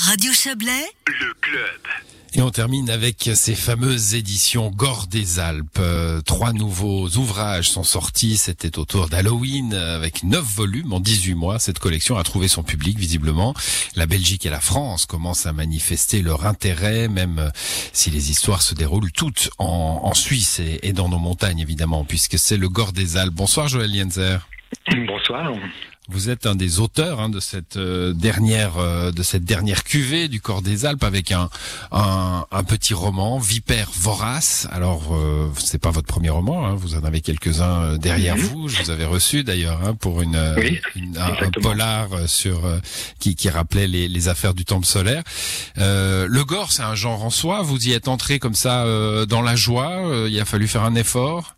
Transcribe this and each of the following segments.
Radio Chablais, le club. Et on termine avec ces fameuses éditions Gore des Alpes. 3 nouveaux ouvrages sont sortis, c'était autour d'Halloween, avec 9 volumes en 18 mois. Cette collection a trouvé son public, visiblement. La Belgique et la France commencent à manifester leur intérêt, même si les histoires se déroulent toutes en Suisse et dans nos montagnes, évidemment, puisque c'est le Gore des Alpes. Bonsoir Joël Lienzer. Bonsoir. Vous êtes un des auteurs de cette dernière cuvée du Gore des Alpes avec un petit roman, Vipère vorace. Alors c'est pas votre premier roman, vous en avez quelques-uns derrière vous. Je vous avais reçu d'ailleurs pour un polar sur qui rappelait les affaires du temple solaire. Le Gore, c'est un genre en soi. Vous y êtes entré comme ça dans la joie. Il a fallu faire un effort.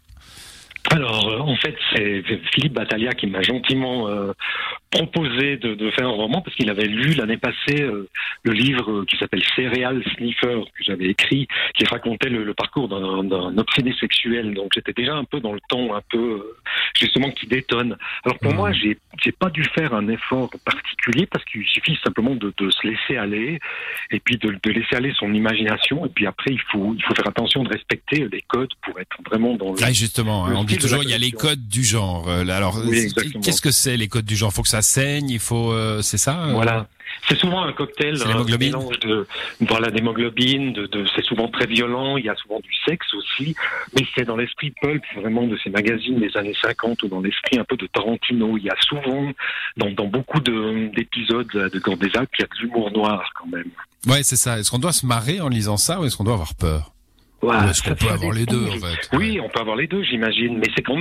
Alors, en fait, c'est Philippe Battaglia qui m'a gentiment proposé de faire un roman parce qu'il avait lu l'année passée le livre qui s'appelle Serial Sniffer que j'avais écrit, qui racontait le parcours d'un obsédé sexuel. Donc, j'étais déjà un peu dans le ton, un peu justement qui détonne. Alors pour moi, j'ai pas dû faire un effort particulier parce qu'il suffit simplement de se laisser aller et puis de laisser aller son imagination. Et puis après, il faut faire attention de respecter les codes pour être vraiment dans le. Ah, justement, on dit toujours il y a les codes du genre. Alors, oui, qu'est-ce que c'est les codes du genre? Faut que ça saigne, il faut, c'est ça? Voilà. C'est souvent un cocktail, un mélange d'hémoglobine, c'est souvent très violent, il y a souvent du sexe aussi, mais c'est dans l'esprit pulp, vraiment, de ces magazines des années 50, ou dans l'esprit un peu de Tarantino. Il y a souvent, dans beaucoup d'épisodes de Gore des Alpes, il y a de l'humour noir, quand même. Ouais, c'est ça. Est-ce qu'on doit se marrer en lisant ça, ou est-ce qu'on doit avoir peur? Ouais, est-ce qu'on peut avoir les deux, en fait? Oui, on peut avoir les deux, j'imagine, mais c'est quand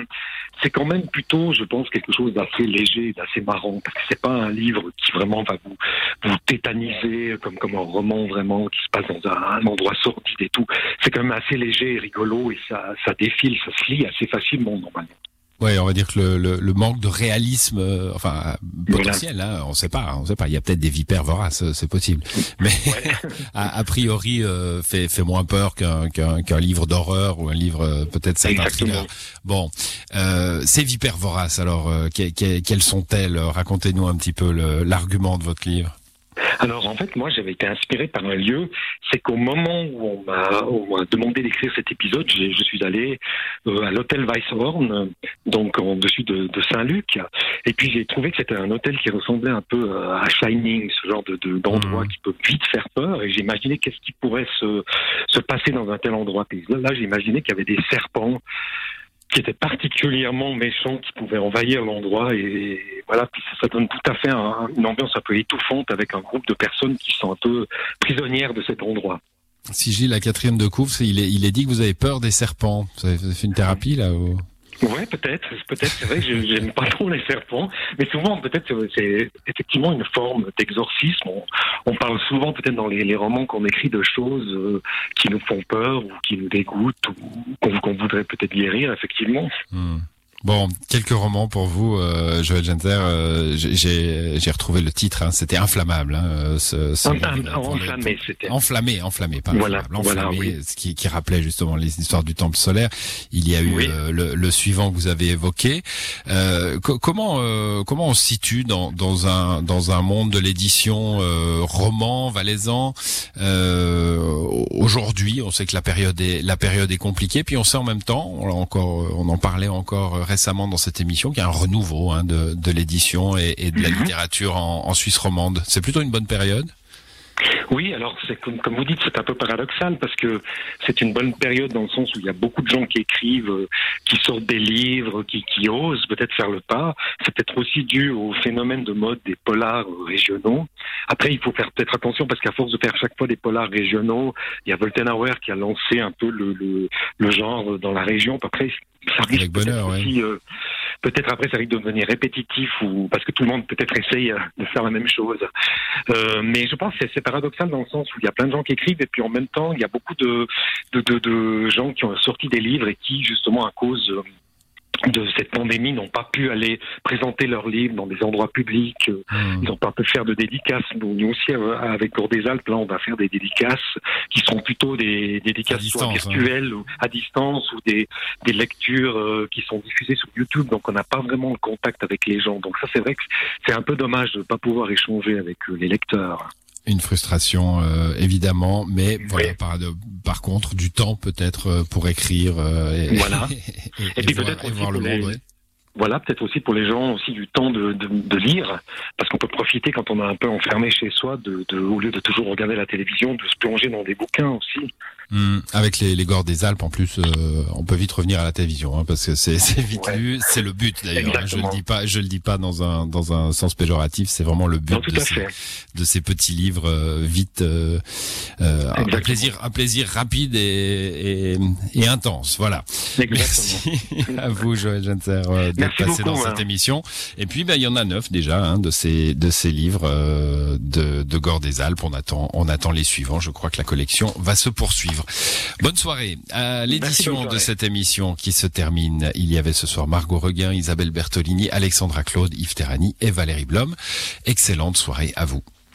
même plutôt, je pense, quelque chose d'assez léger, d'assez marrant, parce que c'est pas un livre qui vraiment va vous tétaniser comme un roman vraiment qui se passe dans un endroit sordide et tout. C'est quand même assez léger et rigolo et ça défile, ça se lit assez facilement normalement. Ouais, on va dire que le manque de réalisme, potentiel, on sait pas. Il y a peut-être des vipères voraces, c'est possible. Mais a priori, fait moins peur qu'un livre d'horreur ou un livre peut-être certains thrillers. Bon, ces vipères voraces. Alors, quelles sont-elles? Racontez-nous un petit peu l'argument de votre livre. Alors en fait, moi j'avais été inspiré par un lieu, c'est qu'au moment où on m'a demandé d'écrire cet épisode, je suis allé à l'hôtel Weisshorn, donc en dessus de Saint-Luc, et puis j'ai trouvé que c'était un hôtel qui ressemblait un peu à Shining, ce genre d'endroit qui peut vite faire peur, et j'imaginais qu'est-ce qui pourrait se passer dans un tel endroit. Et là j'imaginais qu'il y avait des serpents qui étaient particulièrement méchants, qui pouvaient envahir l'endroit, et voilà, puis ça donne tout à fait une ambiance un peu étouffante avec un groupe de personnes qui sont un peu prisonnières de cet endroit. Si je lis la 4e de couve, il est dit que vous avez peur des serpents. Vous avez fait une thérapie là ou... Ouais, peut-être, c'est vrai que j'aime pas trop les serpents, mais souvent peut-être c'est effectivement une forme d'exorcisme. On parle souvent peut-être dans les romans qu'on écrit de choses qui nous font peur ou qui nous dégoûtent ou qu'on voudrait peut-être guérir, effectivement. Bon, quelques romans pour vous, Joël Lienzer. J'ai retrouvé le titre. C'était Inflammable. Enflammé, c'était. Enflammé, pas voilà, Inflammable. Enflammé, oui. qui rappelait justement les histoires du temple solaire. Il y a eu le suivant que vous avez évoqué. Comment on se situe dans un monde de l'édition roman valaisan aujourd'hui? On sait que la période est compliquée, puis on sait en même temps, on en parlait encore récemment dans cette émission, qu'il y a un renouveau de l'édition et de la littérature en Suisse romande. C'est plutôt une bonne période? Oui, alors c'est comme vous dites, c'est un peu paradoxal parce que c'est une bonne période dans le sens où il y a beaucoup de gens qui écrivent, qui sortent des livres, qui osent peut-être faire le pas. C'est peut-être aussi dû au phénomène de mode des polars régionaux. Après, il faut faire peut-être attention parce qu'à force de faire chaque fois des polars régionaux, il y a Woltenhauer qui a lancé un peu le genre dans la région. Après, ça risque peut-être aussi, peut-être après ça risque de devenir répétitif ou parce que tout le monde peut-être essaye de faire la même chose. Mais je pense que c'est paradoxal dans le sens où il y a plein de gens qui écrivent et puis en même temps il y a beaucoup de gens qui ont sorti des livres et qui justement à cause de cette pandémie n'ont pas pu aller présenter leurs livres dans des endroits publics. Ils n'ont pas pu faire de dédicaces. Nous aussi, avec Gore des Alpes, là, on va faire des dédicaces qui seront plutôt des dédicaces soit virtuelles ou à distance ou des lectures qui sont diffusées sur YouTube. Donc, on n'a pas vraiment le contact avec les gens. Donc, ça, c'est vrai que c'est un peu dommage de ne pas pouvoir échanger avec les lecteurs. Une frustration, évidemment, mais voilà, Oui. par contre, du temps peut-être pour écrire Voilà. Et puis peut-être et aussi voir le pour monde. les, Ouais. voilà, peut-être aussi pour les gens aussi du temps de lire, parce qu'on peut profiter quand on est un peu enfermé chez soi, au lieu de toujours regarder la télévision, de se plonger dans des bouquins aussi. Avec les Gordes des Alpes, en plus, on peut vite revenir à la télévision, parce que c'est vite Ouais. lu. C'est le but d'ailleurs. Exactement. Je le dis pas dans un sens péjoratif. C'est vraiment le but Non, tout à fait. de ces petits livres vite, un plaisir rapide et intense. Voilà. Exactement. Merci à vous, Joël Genser, d'être Merci passé beaucoup, dans cette émission. Et puis, il y en a 9 déjà de ces livres de Gordes des Alpes. On attend les suivants. Je crois que la collection va se poursuivre. Bonne soirée. À l'édition de cette émission qui se termine, il y avait ce soir Margot Reguin, Isabelle Bertolini, Alexandra Claude, Yves Terrani et Valérie Blom. Excellente soirée à vous.